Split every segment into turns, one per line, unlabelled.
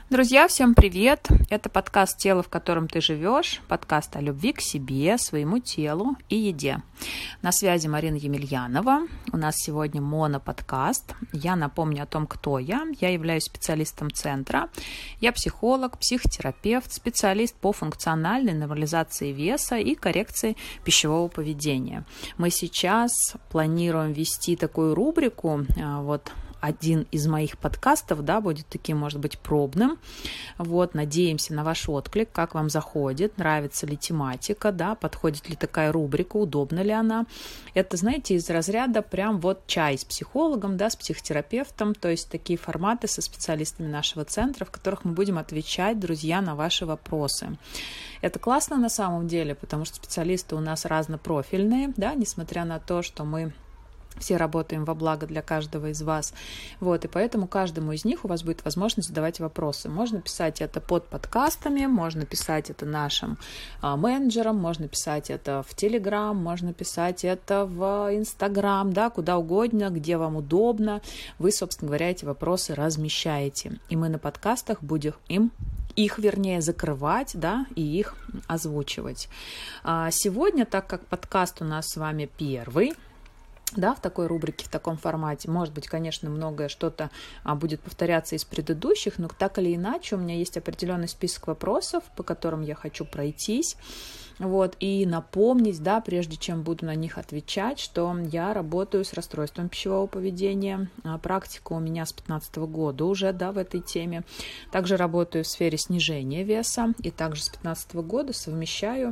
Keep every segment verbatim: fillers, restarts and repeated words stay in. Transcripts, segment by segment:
Друзья, всем привет! Это подкаст «Тело, в котором ты живешь», подкаст о любви к себе, своему телу и еде. На связи Марина Емельянова. У нас сегодня моноподкаст. Я напомню о том, кто я. Я являюсь специалистом центра. Я психолог, психотерапевт, специалист по функциональной нормализации веса и коррекции пищевого поведения. Мы сейчас планируем вести такую рубрику, вот, один из моих подкастов, да, будет таким, может быть, пробным. Вот, надеемся на ваш отклик, как вам заходит, нравится ли тематика, да, подходит ли такая рубрика, удобна ли она. Это, знаете, из разряда прям вот чай с психологом, да, с психотерапевтом, то есть такие форматы со специалистами нашего центра, в которых мы будем отвечать, друзья, на ваши вопросы. Это классно на самом деле, потому что специалисты у нас разнопрофильные, да, несмотря на то, что мы все работаем во благо для каждого из вас. Вот, и поэтому каждому из них у вас будет возможность задавать вопросы. Можно писать это под подкастами, можно писать это нашим а, менеджерам, можно писать это в Телеграм, можно писать это в Инстаграм, да, куда угодно, где вам удобно. Вы, собственно говоря, эти вопросы размещаете. И мы на подкастах будем им их, вернее, закрывать, да, и их озвучивать. А сегодня, так как подкаст у нас с вами первый, да, в такой рубрике, в таком формате. Может быть, конечно, многое что-то а, будет повторяться из предыдущих, но так или иначе у меня есть определенный список вопросов, по которым я хочу пройтись. Вот, и напомнить, да, прежде чем буду на них отвечать, что я работаю с расстройством пищевого поведения. Практика у меня с две тысячи пятнадцатого года уже, да, в этой теме. Также работаю в сфере снижения веса и также с две тысячи пятнадцатого года совмещаю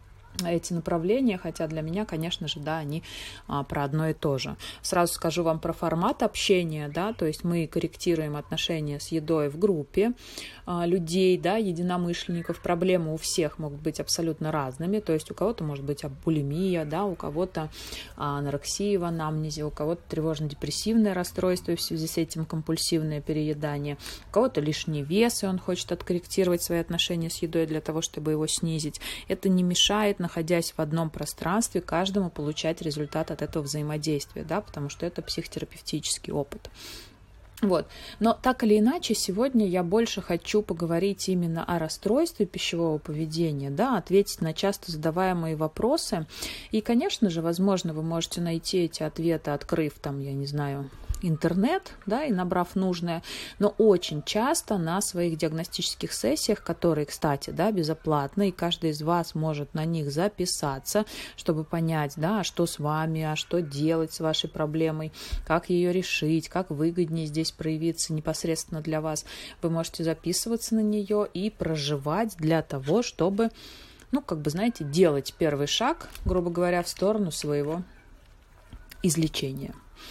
эти направления, хотя для меня, конечно же, да, они а, про одно и то же. Сразу скажу вам про формат общения, да, то есть мы корректируем отношения с едой в группе а, людей, да, единомышленников. Проблемы у всех могут быть абсолютно разными, то есть у кого-то может быть булимия, да, у кого-то а, анорексия в анамнезе, у кого-то тревожно-депрессивное расстройство и в связи с этим компульсивное переедание, у кого-то лишний вес, и он хочет откорректировать свои отношения с едой для того, чтобы его снизить. Это не мешает, находясь в одном пространстве, каждому получать результат от этого взаимодействия, да, потому что это психотерапевтический опыт. Вот. Но так или иначе, сегодня я больше хочу поговорить именно о расстройстве пищевого поведения, да, ответить на часто задаваемые вопросы. И, конечно же, возможно, вы можете найти эти ответы, открыв там, я не знаю, интернет, да, и набрав нужное, но очень часто на своих диагностических сессиях, которые, кстати, да, безоплатные, и каждый из вас может на них записаться, чтобы понять, да, что с вами, а что делать с вашей проблемой, как ее решить, как выгоднее здесь проявиться непосредственно для вас. Вы можете записываться на нее и проживать для того, чтобы, ну, как бы, знаете, делать первый шаг, грубо говоря, в сторону своего излечения.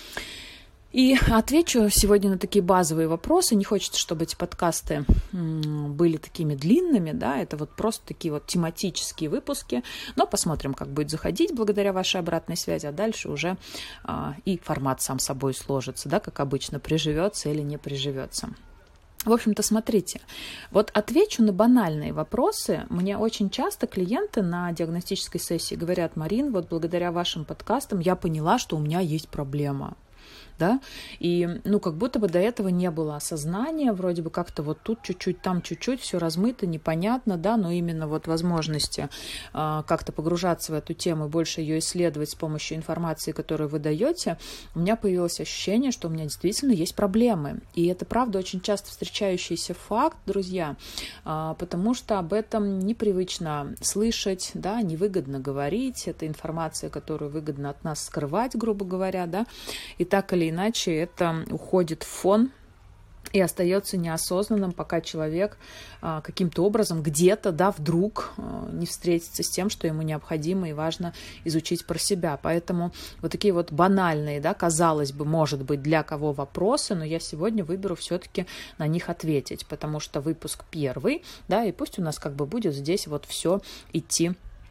И отвечу сегодня на такие базовые вопросы. Не хочется, чтобы эти подкасты были такими длинными, да, это вот просто такие вот тематические выпуски, но посмотрим, как будет заходить благодаря вашей обратной связи, а дальше уже а, и формат сам собой сложится, да, как обычно, приживется или не приживется. В общем-то, смотрите, вот отвечу на банальные вопросы. Мне очень часто клиенты на диагностической сессии говорят: Марин, вот благодаря вашим подкастам я поняла, что у меня есть проблема. Да, и, ну, как будто бы до этого не было осознания, вроде бы как-то вот тут чуть-чуть, там чуть-чуть, все размыто, непонятно, да, но именно вот возможности э, как-то погружаться в эту тему и больше ее исследовать с помощью информации, которую вы даете, у меня появилось ощущение, что у меня действительно есть проблемы. И это, правда, очень часто встречающийся факт, друзья, э, потому что об этом непривычно слышать, да, невыгодно говорить, это информация, которую выгодно от нас скрывать, грубо говоря, да, и так или иначе это уходит в фон и остается неосознанным, пока человек а, каким-то образом где-то, да, вдруг а, не встретится с тем, что ему необходимо и важно изучить про себя. Поэтому вот такие вот банальные, да, казалось бы, может быть, для кого вопросы, но я сегодня выберу все-таки на них ответить, потому что выпуск первый, да, и пусть у нас как бы будет здесь вот все идти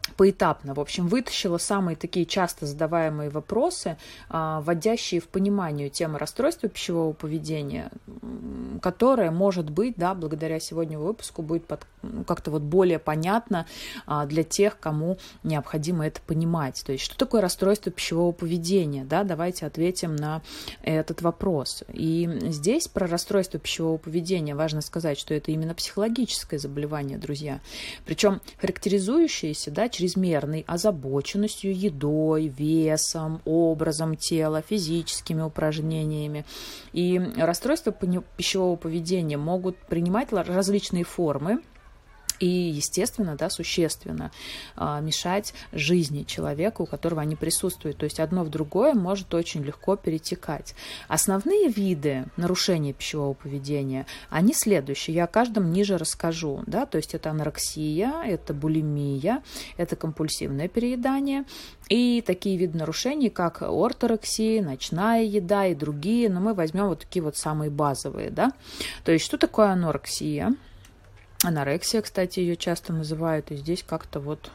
поэтапно, в общем, вытащила самые такие часто задаваемые вопросы, вводящие в понимание темы расстройства пищевого поведения, которое, может быть, да, благодаря сегодняшнему выпуску будет под, как-то вот более понятно для тех, кому необходимо это понимать. То есть, что такое расстройство пищевого поведения? Да, давайте ответим на этот вопрос. И здесь про расстройство пищевого поведения важно сказать, что это именно психологическое заболевание, друзья. Причем характеризующееся, да, чрезмерной озабоченностью едой, весом, образом тела, физическими упражнениями. И расстройства пищевого поведения могут принимать различные формы и, естественно, да, существенно а, мешать жизни человека, у которого они присутствуют. То есть одно в другое может очень легко перетекать. Основные виды нарушения пищевого поведения, они следующие. Я о каждом ниже расскажу. Да? То есть это анорексия, это булимия, это компульсивное переедание. И такие виды нарушений, как орторексия, ночная еда и другие. Но мы возьмем вот такие вот самые базовые. Да? То есть что такое анорексия? Анорексия, кстати, ее часто называют, и здесь как-то вот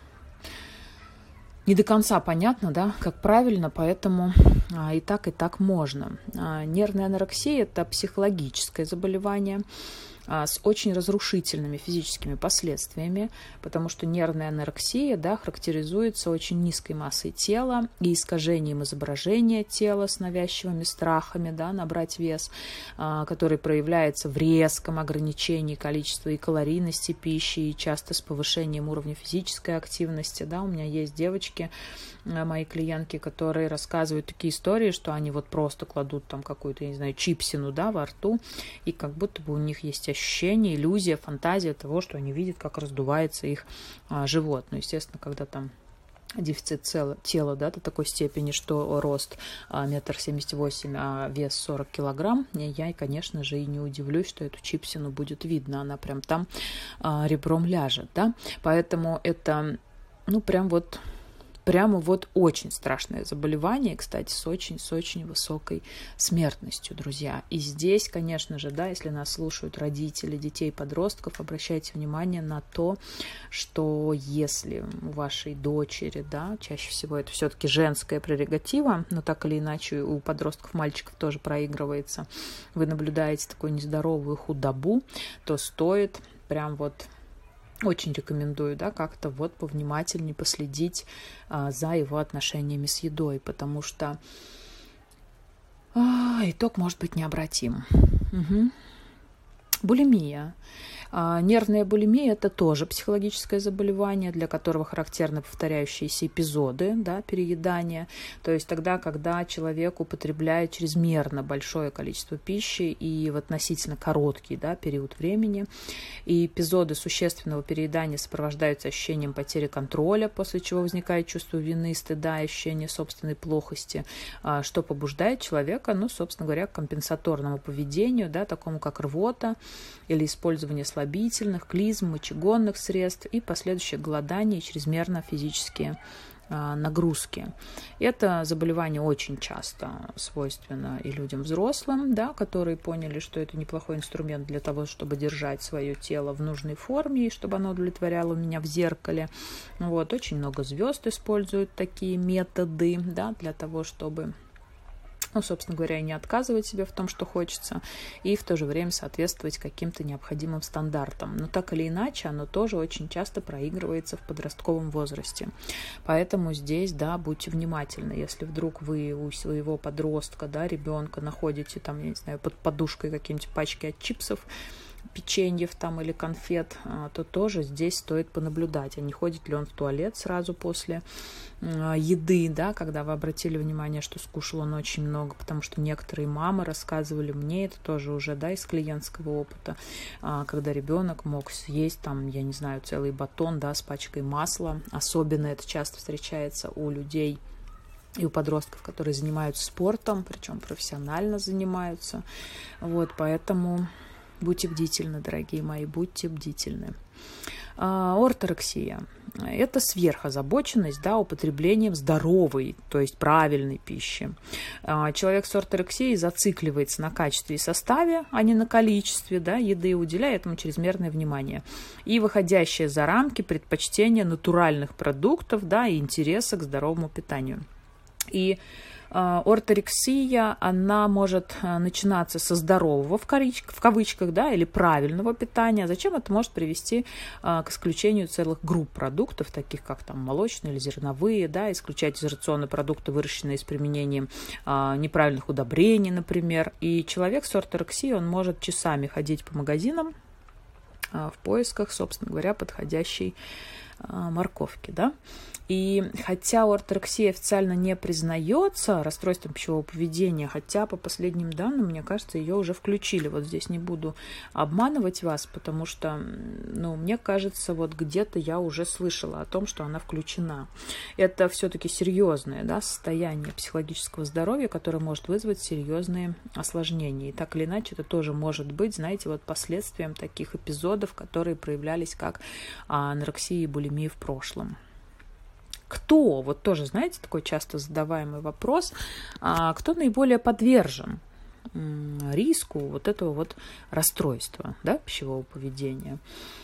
не до конца понятно, да, как правильно, поэтому а, и так, и так можно. А, нервная анорексия – это психологическое заболевание а, с очень разрушительными физическими последствиями, потому что нервная анорексия, да, характеризуется очень низкой массой тела и искажением изображения тела с навязчивыми страхами, да, набрать вес, а, который проявляется в резком ограничении количества и калорийности пищи, и часто с повышением уровня физической активности. Да. У меня есть девочки, мои клиентки, которые рассказывают такие истории, что они вот просто кладут там какую-то, я не знаю, чипсину, да, во рту, и как будто бы у них есть ощущение, иллюзия, фантазия того, что они видят, как раздувается их а, живот. Ну, естественно, когда там дефицит тела, тела, да, до такой степени, что рост метр семьдесят восемь, а вес сорок килограмм, я, конечно же, и не удивлюсь, что эту чипсину будет видно, она прям там а, ребром ляжет, да, поэтому это, ну, прям вот Прямо вот очень страшное заболевание, кстати, с очень, с очень высокой смертностью, друзья. И здесь, конечно же, да, если нас слушают родители детей, подростков, обращайте внимание на то, что если у вашей дочери, да, чаще всего это все-таки женская прерогатива, но так или иначе у подростков, мальчиков тоже проигрывается, вы наблюдаете такую нездоровую худобу, то стоит прям вот... Очень рекомендую, да, как-то вот повнимательнее последить а, за его отношениями с едой, потому что а, итог может быть необратим. Угу. Булимия. А, нервная булимия – это тоже психологическое заболевание, для которого характерны повторяющиеся эпизоды, да, переедания. То есть тогда, когда человек употребляет чрезмерно большое количество пищи и в относительно короткий, да, период времени. И эпизоды существенного переедания сопровождаются ощущением потери контроля, после чего возникает чувство вины, стыда, ощущение собственной плохости, а, что побуждает человека, ну, собственно говоря, к компенсаторному поведению, да, такому как рвота или использование слабительных, клизм, мочегонных средств и последующее голодание и чрезмерно физические а, нагрузки. Это заболевание очень часто свойственно и людям взрослым, да, которые поняли, что это неплохой инструмент для того, чтобы держать свое тело в нужной форме и чтобы оно удовлетворяло меня в зеркале. Вот, очень много звезд используют такие методы, да, для того, чтобы... ну, собственно говоря, и не отказывать себе в том, что хочется, и в то же время соответствовать каким-то необходимым стандартам. Но так или иначе, оно тоже очень часто проигрывается в подростковом возрасте. Поэтому здесь, да, будьте внимательны. Если вдруг вы у своего подростка, да, ребенка находите там, я не знаю, под подушкой какие-нибудь пачки от чипсов, печеньев там или конфет, то тоже здесь стоит понаблюдать, а не ходит ли он в туалет сразу после еды, да, когда вы обратили внимание, что скушал он очень много, потому что некоторые мамы рассказывали мне, это тоже уже, да, из клиентского опыта, когда ребенок мог съесть там, я не знаю, целый батон, да, с пачкой масла, особенно это часто встречается у людей и у подростков, которые занимаются спортом, причем профессионально занимаются, вот, поэтому будьте бдительны, дорогие мои, будьте бдительны. Орторексия. это сверхозабоченность, да, употреблением здоровой, то есть правильной пищи. Человек с орторексией зацикливается на качестве и составе, а не на количестве, да, еды, уделяя этому чрезмерное внимание. И выходящее за рамки предпочтения натуральных продуктов, да, и интереса к здоровому питанию. И орторексия, она может начинаться со здорового, в кавычках, да, или правильного питания. Зачем это может привести к исключению целых групп продуктов, таких как там молочные или зерновые, да, исключать из рациона продукты, выращенные с применением неправильных удобрений, например. И человек с орторексией, он может часами ходить по магазинам в поисках, собственно говоря, подходящей морковки, да. И хотя орторексия официально не признается расстройством пищевого поведения, хотя по последним данным, мне кажется, ее уже включили. Вот здесь не буду обманывать вас, потому что, ну, мне кажется, вот где-то я уже слышала о том, что она включена. Это все-таки серьезное, да, состояние психологического здоровья, которое может вызвать серьезные осложнения. И так или иначе, это тоже может быть, знаете, вот последствием таких эпизодов, которые проявлялись как анорексия и булимия в прошлом. Кто, вот тоже, знаете, такой часто задаваемый вопрос, кто наиболее подвержен риску вот этого вот расстройства, да, пищевого поведения?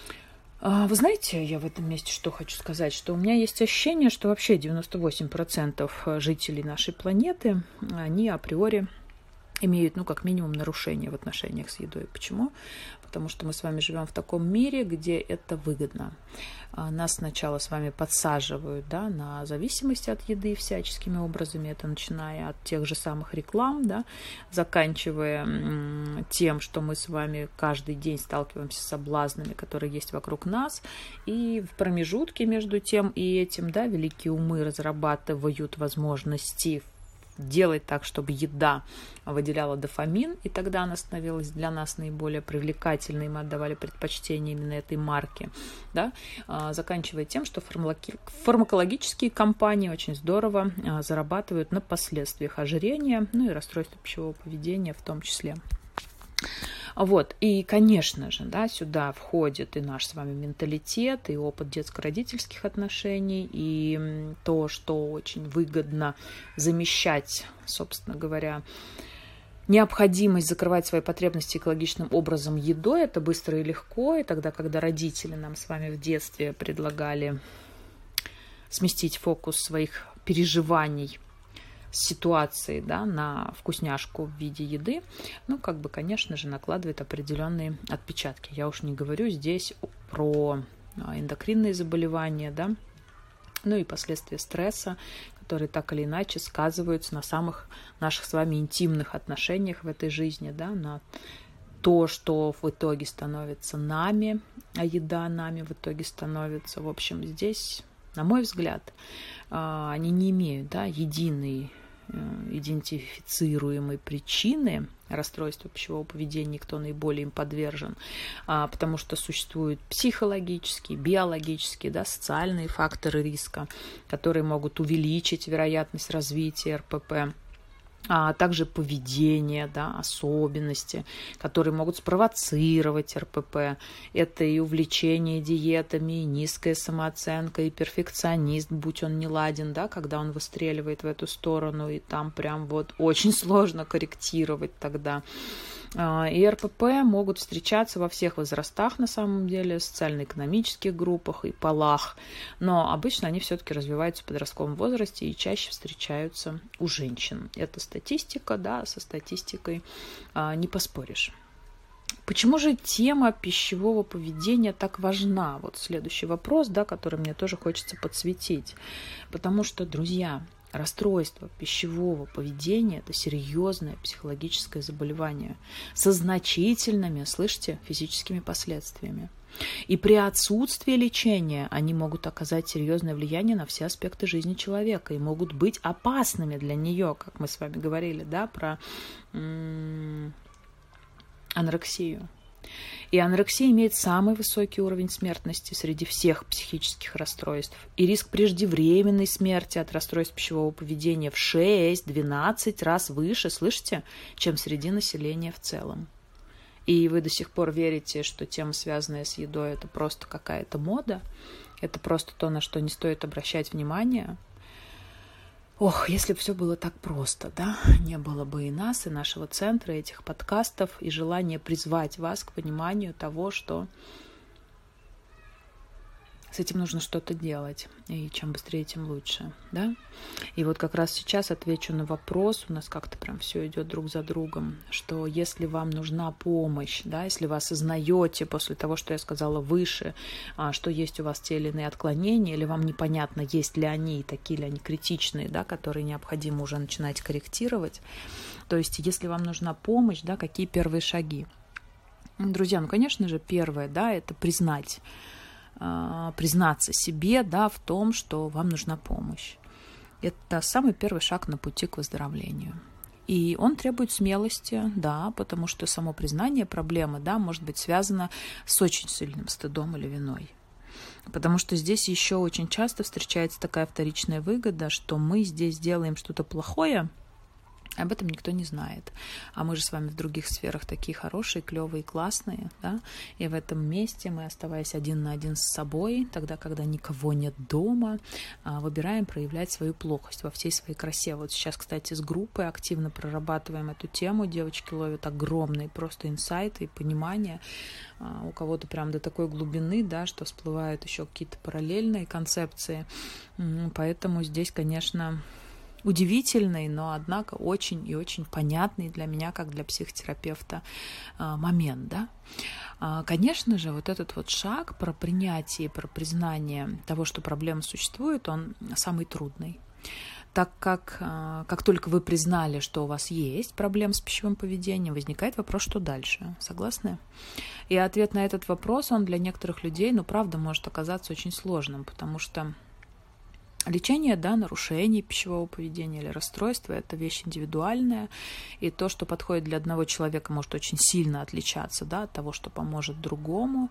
Вы знаете, я в этом месте что хочу сказать, что у меня есть ощущение, что вообще девяносто восемь процентов жителей нашей планеты, они априори имеют, ну, как минимум, нарушения в отношениях с едой. Почему? Потому что мы с вами живем в таком мире, где это выгодно. Нас сначала с вами подсаживают, да, на зависимость от еды всяческими образами, это начиная от тех же самых реклам, да, заканчивая тем, что мы с вами каждый день сталкиваемся с соблазнами, которые есть вокруг нас, и в промежутке между тем и этим, да, великие умы разрабатывают возможности делать так, чтобы еда выделяла дофамин, и тогда она становилась для нас наиболее привлекательной, и мы отдавали предпочтение именно этой марке, да, заканчивая тем, что фармакологические компании очень здорово зарабатывают на последствиях ожирения, ну и расстройства пищевого поведения в том числе. Вот, и, конечно же, да, сюда входит и наш с вами менталитет, и опыт детско-родительских отношений, и то, что очень выгодно замещать, собственно говоря, необходимость закрывать свои потребности экологичным образом едой, это быстро и легко, и тогда, когда родители нам с вами в детстве предлагали сместить фокус своих переживаний ситуации, да, на вкусняшку в виде еды, ну, как бы, конечно же, накладывает определенные отпечатки. Я уж не говорю здесь про эндокринные заболевания, да, ну и последствия стресса, которые так или иначе сказываются на самых наших с вами интимных отношениях в этой жизни, да, на то, что в итоге становится нами, а еда нами в итоге становится. В общем, здесь, на мой взгляд, они не имеют, да, единой идентифицируемой причины расстройства пищевого поведения, кто наиболее им подвержен, потому что существуют психологические, биологические, да, социальные факторы риска, которые могут увеличить вероятность развития эр пэ пэ, а также поведение, да, особенности, которые могут спровоцировать эр пэ пэ. Это и увлечение диетами, и низкая самооценка, и перфекционист, будь он не ладен, да, когда он выстреливает в эту сторону, и там прям вот очень сложно корректировать тогда. И эр пэ пэ могут встречаться во всех возрастах, на самом деле, социально-экономических группах и полах, но обычно они все-таки развиваются в подростковом возрасте и чаще встречаются у женщин. Это статистика, да, со статистикой а, не поспоришь. Почему же тема пищевого поведения так важна? Вот следующий вопрос, да, который мне тоже хочется подсветить. Потому что, друзья, расстройство пищевого поведения – это серьезное психологическое заболевание со значительными, слышите, физическими последствиями. И при отсутствии лечения они могут оказать серьезное влияние на все аспекты жизни человека и могут быть опасными для нее, как мы с вами говорили, да, про м- анорексию. И анорексия имеет самый высокий уровень смертности среди всех психических расстройств. И риск преждевременной смерти от расстройств пищевого поведения в шесть-двенадцать раз выше, слышите, чем среди населения в целом. И вы до сих пор верите, что тема, связанная с едой, это просто какая-то мода? Это просто то, на что не стоит обращать внимание. Ох, если бы все было так просто, да, не было бы и нас, и нашего центра, и этих подкастов, и желания призвать вас к пониманию того, что с этим нужно что-то делать, и чем быстрее, тем лучше, да. И вот как раз сейчас отвечу на вопрос, у нас как-то прям все идет друг за другом, что если вам нужна помощь, да, если вы осознаете после того, что я сказала выше, что есть у вас те или иные отклонения, или вам непонятно, есть ли они, такие ли они критичные, да, которые необходимо уже начинать корректировать, то есть если вам нужна помощь, да, какие первые шаги? Друзья, ну, конечно же, первое, да, это признать, признаться себе, да, в том, что вам нужна помощь. Это самый первый шаг на пути к выздоровлению. И он требует смелости, да, потому что само признание проблемы, да, может быть связано с очень сильным стыдом или виной. Потому что здесь еще очень часто встречается такая вторичная выгода, что мы здесь делаем что-то плохое, об этом никто не знает. А мы же с вами в других сферах такие хорошие, клевые, классные, да? И в этом месте мы, оставаясь один на один с собой, тогда, когда никого нет дома, выбираем проявлять свою плохость во всей своей красе. Вот сейчас, кстати, с группой активно прорабатываем эту тему. Девочки ловят огромные просто инсайты и понимания. У кого-то прям до такой глубины, да, что всплывают еще какие-то параллельные концепции. Поэтому здесь, конечно, удивительный, но, однако, очень и очень понятный для меня, как для психотерапевта, момент, да. Конечно же, вот этот вот шаг про принятие, про признание того, что проблема существует, он самый трудный. Так как, как только вы признали, что у вас есть проблема с пищевым поведением, возникает вопрос, что дальше. Согласны? И ответ на этот вопрос, он для некоторых людей, ну, правда, может оказаться очень сложным, потому что лечение, да, нарушений пищевого поведения или расстройства – это вещь индивидуальная, и то, что подходит для одного человека, может очень сильно отличаться, да, от того, что поможет другому.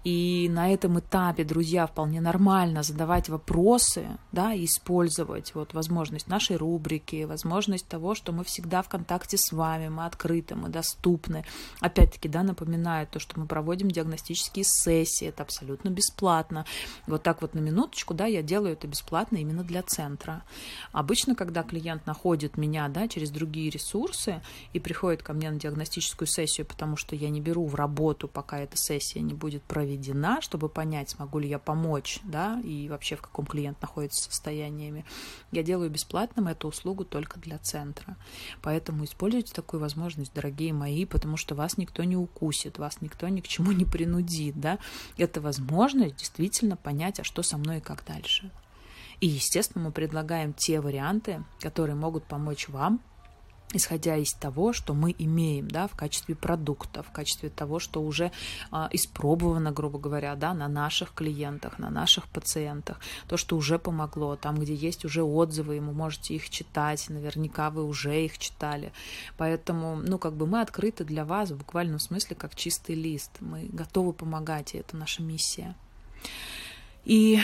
И на этом этапе, друзья, вполне нормально задавать вопросы, да, и использовать вот возможность нашей рубрики, возможность того, что мы всегда в контакте с вами, мы открыты, мы доступны. Опять-таки, да, напоминаю то, что мы проводим диагностические сессии, это абсолютно бесплатно. Вот так вот на минуточку, да, я делаю это бесплатно именно для центра. Обычно, когда клиент находит меня, да, через другие ресурсы и приходит ко мне на диагностическую сессию, потому что я не беру в работу, пока эта сессия не будет проведена, чтобы понять, смогу ли я помочь, да, и вообще в каком клиент находится состояниями, я делаю бесплатным эту услугу только для центра. Поэтому используйте такую возможность, дорогие мои, потому что вас никто не укусит, вас никто ни к чему не принудит, да. Это возможность действительно понять, а что со мной и как дальше. И, естественно, мы предлагаем те варианты, которые могут помочь вам, исходя из того, что мы имеем, да, в качестве продукта, в качестве того, что уже а, испробовано, грубо говоря, да, на наших клиентах, на наших пациентах, то, что уже помогло, там, где есть уже отзывы, и вы можете их читать, наверняка вы уже их читали. Поэтому, ну, как бы мы открыты для вас в буквальном смысле как чистый лист. Мы готовы помогать, и это наша миссия. И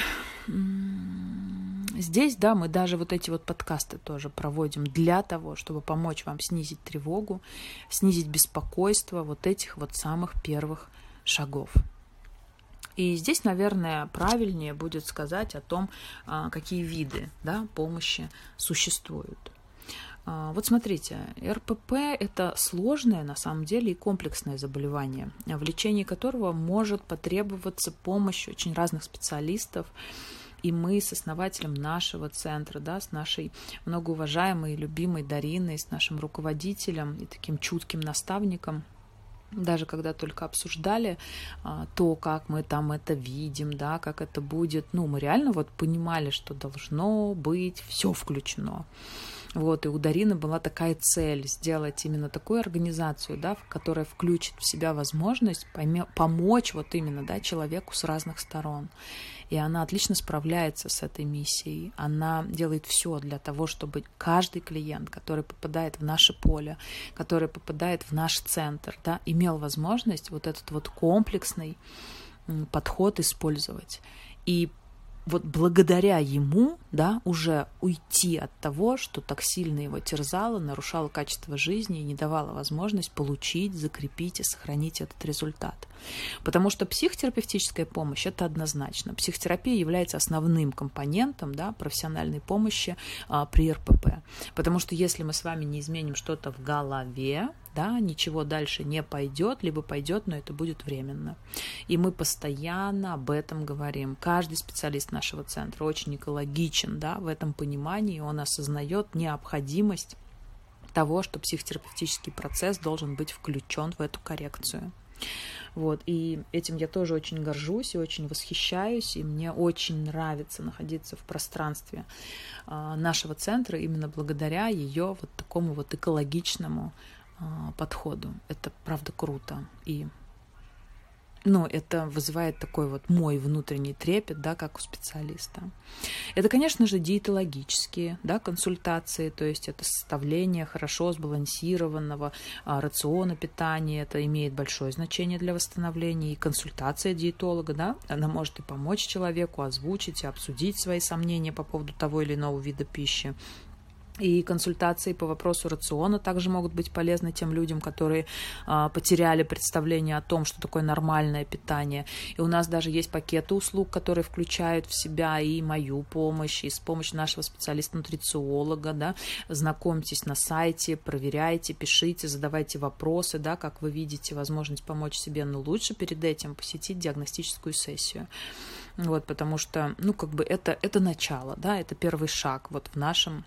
здесь, да, мы даже вот эти вот подкасты тоже проводим для того, чтобы помочь вам снизить тревогу, снизить беспокойство вот этих вот самых первых шагов. И здесь, наверное, правильнее будет сказать о том, какие виды, да, помощи существуют. Вот смотрите, эр пэ пэ – это сложное, на самом деле, и комплексное заболевание, в лечении которого может потребоваться помощь очень разных специалистов. И мы с основателем нашего центра, да, с нашей многоуважаемой и любимой Дариной, с нашим руководителем и таким чутким наставником, даже когда только обсуждали а, то, как мы там это видим, да, как это будет, ну, мы реально вот понимали, что должно быть все включено. Вот, и у Дарины была такая цель сделать именно такую организацию, да, которая включит в себя возможность пойме, помочь вот именно, да, человеку с разных сторон. И она отлично справляется с этой миссией. Она делает все для того, чтобы каждый клиент, который попадает в наше поле, который попадает в наш центр, да, имел возможность вот этот вот комплексный подход использовать. И вот благодаря ему, да, уже уйти от того, что так сильно его терзало, нарушало качество жизни и не давало возможность получить, закрепить и сохранить этот результат. Потому что психотерапевтическая помощь – это однозначно. Психотерапия является основным компонентом, да, профессиональной помощи а, при эр пэ пэ. Потому что если мы с вами не изменим что-то в голове, да, ничего дальше не пойдет, либо пойдет, но это будет временно. И мы постоянно об этом говорим. Каждый специалист нашего центра очень экологичен, да, в этом понимании, он осознает необходимость того, что психотерапевтический процесс должен быть включен в эту коррекцию. Вот, и этим я тоже очень горжусь и очень восхищаюсь, и мне очень нравится находиться в пространстве а, нашего центра именно благодаря ее вот такому вот экологичному а, подходу. Это правда круто. И ну, это вызывает такой вот мой внутренний трепет, да, как у специалиста. Это, конечно же, диетологические, да, консультации, то есть это составление хорошо сбалансированного а, рациона питания, это имеет большое значение для восстановления, и консультация диетолога, да, она может и помочь человеку озвучить и обсудить свои сомнения по поводу того или иного вида пищи. И консультации по вопросу рациона также могут быть полезны тем людям, которые а, потеряли представление о том, что такое нормальное питание. И у нас даже есть пакеты услуг, которые включают в себя и мою помощь, и с помощью нашего специалиста-нутрициолога. Да. Знакомьтесь на сайте, проверяйте, пишите, задавайте вопросы, да, как вы видите возможность помочь себе, но лучше перед этим посетить диагностическую сессию. Вот, потому что, ну, как бы это, это начало, да, это первый шаг вот в нашем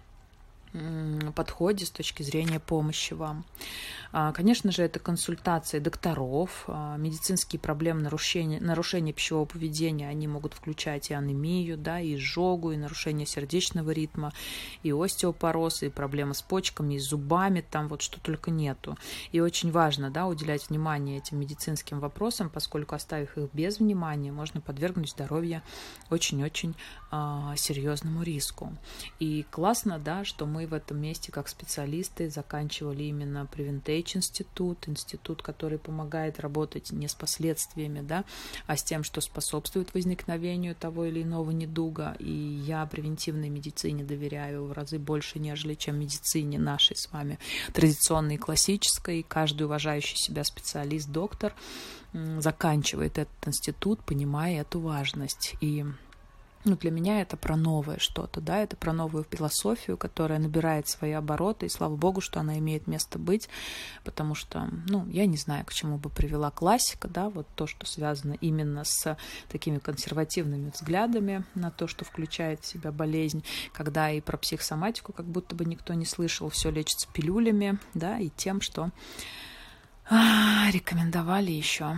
подходе с точки зрения помощи вам. Конечно же, это консультации докторов, медицинские проблемы нарушения, нарушения пищевого поведения, они могут включать и анемию, да, и изжогу, и нарушение сердечного ритма, и остеопороз, и проблемы с почками, и с зубами, там вот что только нету. И очень важно, да, уделять внимание этим медицинским вопросам, поскольку, оставив их без внимания, можно подвергнуть здоровье очень-очень а, серьезному риску. И классно, да, что мы в этом месте как специалисты заканчивали именно Preventage институт, институт, который помогает работать не с последствиями, да, а с тем, что способствует возникновению того или иного недуга. И я превентивной медицине доверяю в разы больше, нежели чем медицине нашей с вами традиционной и классической. Каждый уважающий себя специалист, доктор заканчивает этот институт, понимая эту важность. И ну, для меня это про новое что-то, да, это про новую философию, которая набирает свои обороты, и слава богу, что она имеет место быть, потому что, ну, я не знаю, к чему бы привела классика, да, вот то, что связано именно с такими консервативными взглядами на то, что включает в себя болезнь, когда и про психосоматику как будто бы никто не слышал, все лечится пилюлями, да, и тем, что а, рекомендовали еще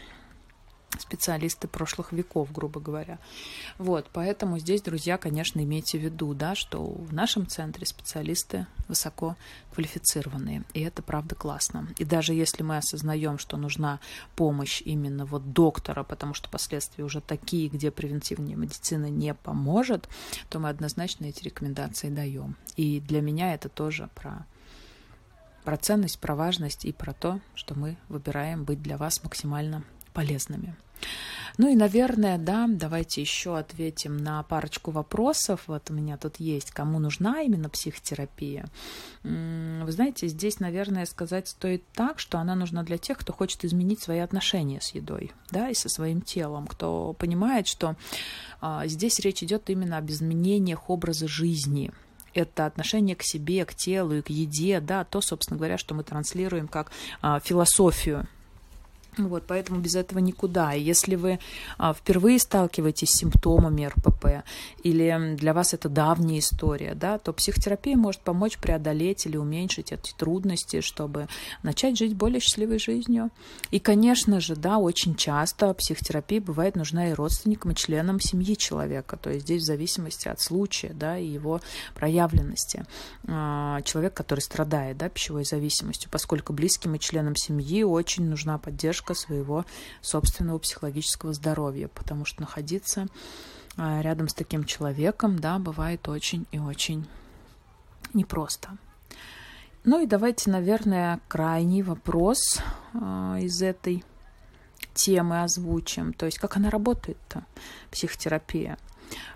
специалисты прошлых веков, грубо говоря. Вот, поэтому здесь, друзья, конечно, имейте в виду, да, что в нашем центре специалисты высоко квалифицированные, и это правда классно. И даже если мы осознаем, что нужна помощь именно вот доктора, потому что последствия уже такие, где превентивная медицина не поможет, то мы однозначно эти рекомендации даем. И для меня это тоже про про ценность, про важность и про то, что мы выбираем быть для вас максимально полезными. Ну и, наверное, да, давайте еще ответим на парочку вопросов. Вот у меня тут есть, кому нужна именно психотерапия. Вы знаете, здесь, наверное, сказать стоит так, что она нужна для тех, кто хочет изменить свои отношения с едой, да, и со своим телом, кто понимает, что а, здесь речь идет именно об изменениях образа жизни. Это отношение к себе, к телу и к еде, да, то, собственно говоря, что мы транслируем как а, философию. Вот, поэтому без этого никуда. И если вы а, впервые сталкиваетесь с симптомами эр пэ пэ, или для вас это давняя история, да, то психотерапия может помочь преодолеть или уменьшить эти трудности, чтобы начать жить более счастливой жизнью. И, конечно же, да, очень часто психотерапия бывает нужна и родственникам, и членам семьи человека. То есть здесь в зависимости от случая, да, и его проявленности. А, человек, который страдает, да, пищевой зависимостью, поскольку близким и членам семьи очень нужна поддержка своего собственного психологического здоровья, потому что находиться рядом с таким человеком, да, бывает очень и очень непросто. Ну и давайте, наверное, крайний вопрос из этой темы озвучим, то есть как она работает-то, психотерапия.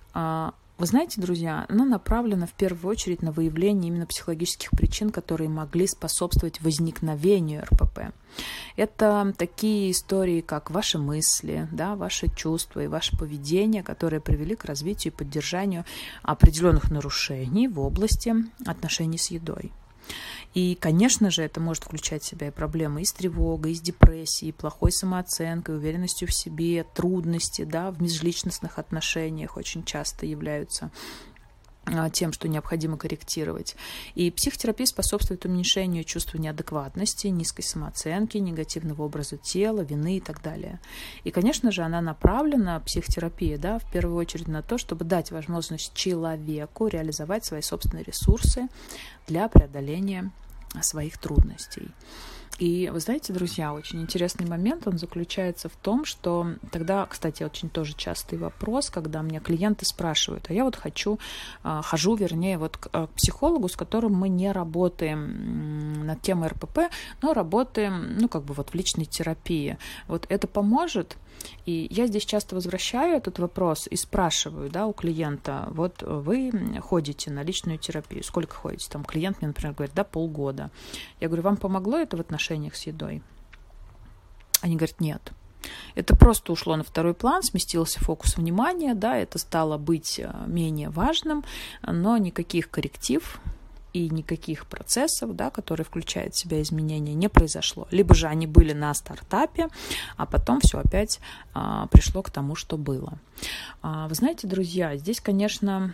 Вы знаете, друзья, она направлена в первую очередь на выявление именно психологических причин, которые могли способствовать возникновению эр пэ пэ. Это такие истории, как ваши мысли, да, ваши чувства и ваше поведение, которые привели к развитию и поддержанию определенных нарушений в области отношений с едой. И, конечно же, это может включать в себя и проблемы и с тревогой, и с депрессией, и плохой самооценкой, уверенностью в себе, трудности, да, в межличностных отношениях очень часто являются тем, что необходимо корректировать. И психотерапия способствует уменьшению чувства неадекватности, низкой самооценки, негативного образа тела, вины и так далее. И, конечно же, она направлена, психотерапия, да, в первую очередь на то, чтобы дать возможность человеку реализовать свои собственные ресурсы для преодоления своих трудностей. И вы знаете, друзья, очень интересный момент, он заключается в том, что тогда, кстати, очень тоже частый вопрос, когда мне клиенты спрашивают, а я вот хочу, хожу, вернее, вот к психологу, с которым мы не работаем над темой эр пэ пэ, но работаем, ну, как бы вот в личной терапии. Вот это поможет? И я здесь часто возвращаю этот вопрос и спрашиваю, да, у клиента, вот вы ходите на личную терапию, сколько ходите? Там клиент мне, например, говорит, да, полгода. Я говорю, вам помогло это в отношениях с едой? Они говорят, нет. Это просто ушло на второй план, сместился фокус внимания, да, это стало быть менее важным, но никаких корректив и никаких процессов, да, которые включают в себя изменения, не произошло. Либо же они были на стартапе, а потом все опять а, пришло к тому, что было. А, вы знаете, друзья, здесь, конечно,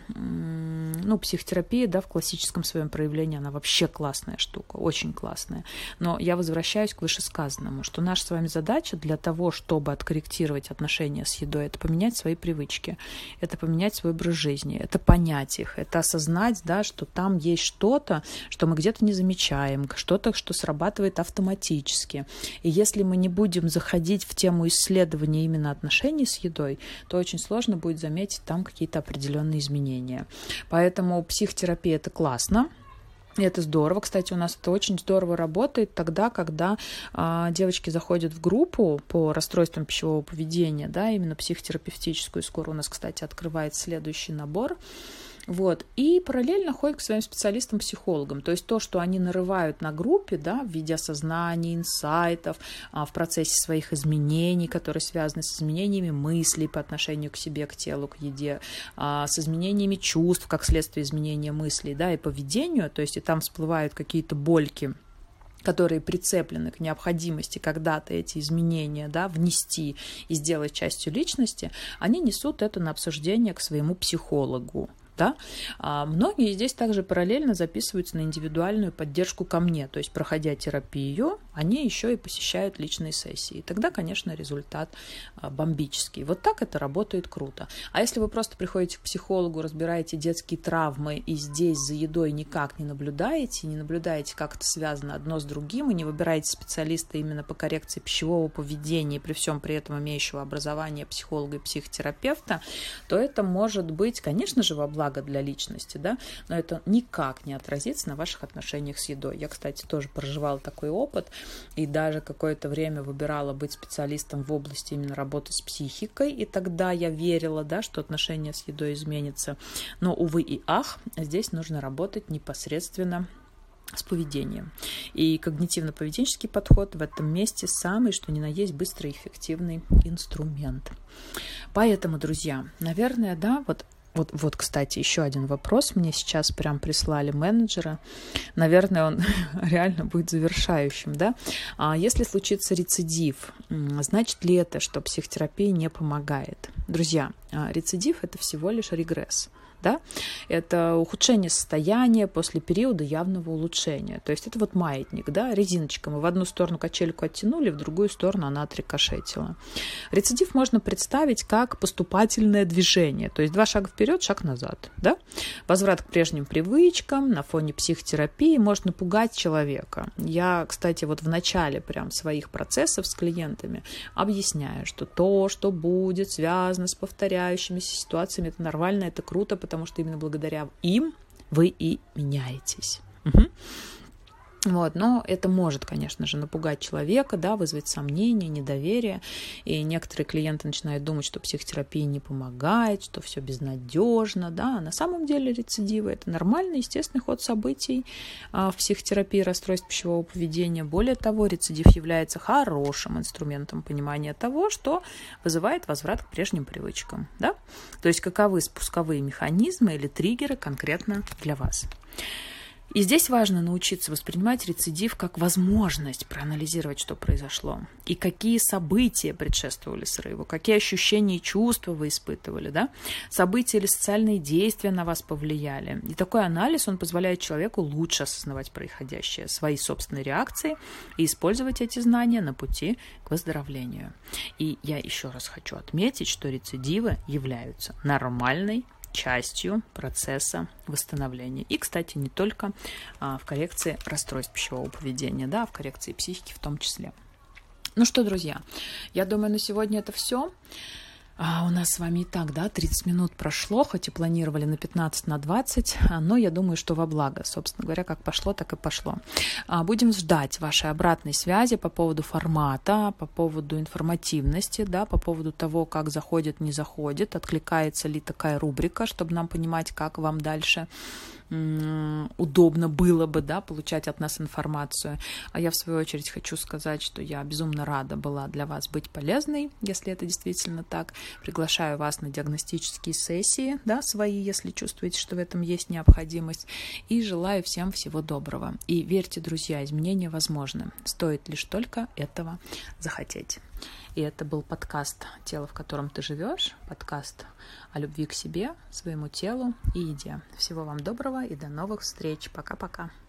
ну, психотерапия, да, в классическом своем проявлении, она вообще классная штука, очень классная. Но я возвращаюсь к вышесказанному, что наша с вами задача для того, чтобы откорректировать отношения с едой, это поменять свои привычки, это поменять свой образ жизни, это понять их, это осознать, да, что там есть что что-то, что мы где-то не замечаем, что-то, что срабатывает автоматически. И если мы не будем заходить в тему исследования именно отношений с едой, то очень сложно будет заметить там какие-то определенные изменения. Поэтому психотерапия – это классно. И это здорово. Кстати, у нас это очень здорово работает тогда, когда а, девочки заходят в группу по расстройствам пищевого поведения, да, именно психотерапевтическую. Скоро у нас, кстати, открывается следующий набор. Вот. И параллельно ходят к своим специалистам-психологам. То есть то, что они нарывают на группе, да, в виде осознания, инсайтов, в процессе своих изменений, которые связаны с изменениями мыслей по отношению к себе, к телу, к еде, с изменениями чувств, как следствие изменения мыслей, да, и поведению. То есть и там всплывают какие-то больки, которые прицеплены к необходимости когда-то эти изменения, да, внести и сделать частью личности, они несут это на обсуждение к своему психологу. Да? А многие здесь также параллельно записываются на индивидуальную поддержку ко мне, то есть, проходя терапию, они еще и посещают личные сессии. И тогда, конечно, результат бомбический. Вот так это работает круто. А если вы просто приходите к психологу, разбираете детские травмы и здесь за едой никак не наблюдаете, не наблюдаете, как это связано одно с другим, и не выбираете специалиста именно по коррекции пищевого поведения, при всем при этом имеющего образование психолога и психотерапевта, то это может быть, конечно же, во благо для личности, да, но это никак не отразится на ваших отношениях с едой. Я, кстати, тоже проживала такой опыт и даже какое-то время выбирала быть специалистом в области именно работы с психикой, и тогда я верила, да, что отношения с едой изменятся. Но, увы и ах, здесь нужно работать непосредственно с поведением. И когнитивно-поведенческий подход в этом месте самый, что ни на есть, быстрый и эффективный инструмент. Поэтому, друзья, наверное, да, вот Вот, вот, кстати, еще один вопрос. Мне сейчас прям прислали менеджера. Наверное, он реально будет завершающим, да? А если случится рецидив, значит ли это, что психотерапия не помогает? Друзья, рецидив – это всего лишь регресс. Да? Это ухудшение состояния после периода явного улучшения. То есть это вот маятник, да, резиночка. Мы в одну сторону качельку оттянули, в другую сторону она отрикошетила. Рецидив можно представить как поступательное движение. То есть два шага вперед, шаг назад. Да? Возврат к прежним привычкам на фоне психотерапии может напугать человека. Я, кстати, вот в начале прям своих процессов с клиентами объясняю, что то, что будет связано с повторяющимися ситуациями, это нормально, это круто, потому что именно благодаря им вы и меняетесь. Угу. Вот, но это может, конечно же, напугать человека, да, вызвать сомнения, недоверие. И некоторые клиенты начинают думать, что психотерапия не помогает, что все безнадежно. Да. А на самом деле рецидивы – это нормальный, естественный ход событий в психотерапии расстройств пищевого поведения. Более того, рецидив является хорошим инструментом понимания того, что вызывает возврат к прежним привычкам. Да. То есть каковы спусковые механизмы или триггеры конкретно для вас. И здесь важно научиться воспринимать рецидив как возможность проанализировать, что произошло, и какие события предшествовали срыву, какие ощущения и чувства вы испытывали, да? События или социальные действия на вас повлияли. И такой анализ, он позволяет человеку лучше осознавать происходящее, свои собственные реакции и использовать эти знания на пути к выздоровлению. И я еще раз хочу отметить, что рецидивы являются нормальной частью процесса восстановления. И, кстати, не только а, в коррекции расстройств пищевого поведения, да, а в коррекции психики в том числе. Ну что, друзья, я думаю, на сегодня это все. А у нас с вами и так, да, тридцать минут прошло, хоть и планировали на пятнадцать, на двадцать, но я думаю, что во благо, собственно говоря, как пошло, так и пошло. Будем ждать вашей обратной связи по поводу формата, по поводу информативности, да, по поводу того, как заходит, не заходит, откликается ли такая рубрика, чтобы нам понимать, как вам дальше удобно было бы, да, получать от нас информацию. А я, в свою очередь, хочу сказать, что я безумно рада была для вас быть полезной, если это действительно так. Приглашаю вас на диагностические сессии, да, свои, если чувствуете, что в этом есть необходимость. И желаю всем всего доброго. И верьте, друзья, изменения возможны. Стоит лишь только этого захотеть. И это был подкаст «Тело, в котором ты живешь», подкаст о любви к себе, своему телу и еде. Всего вам доброго и до новых встреч. Пока-пока.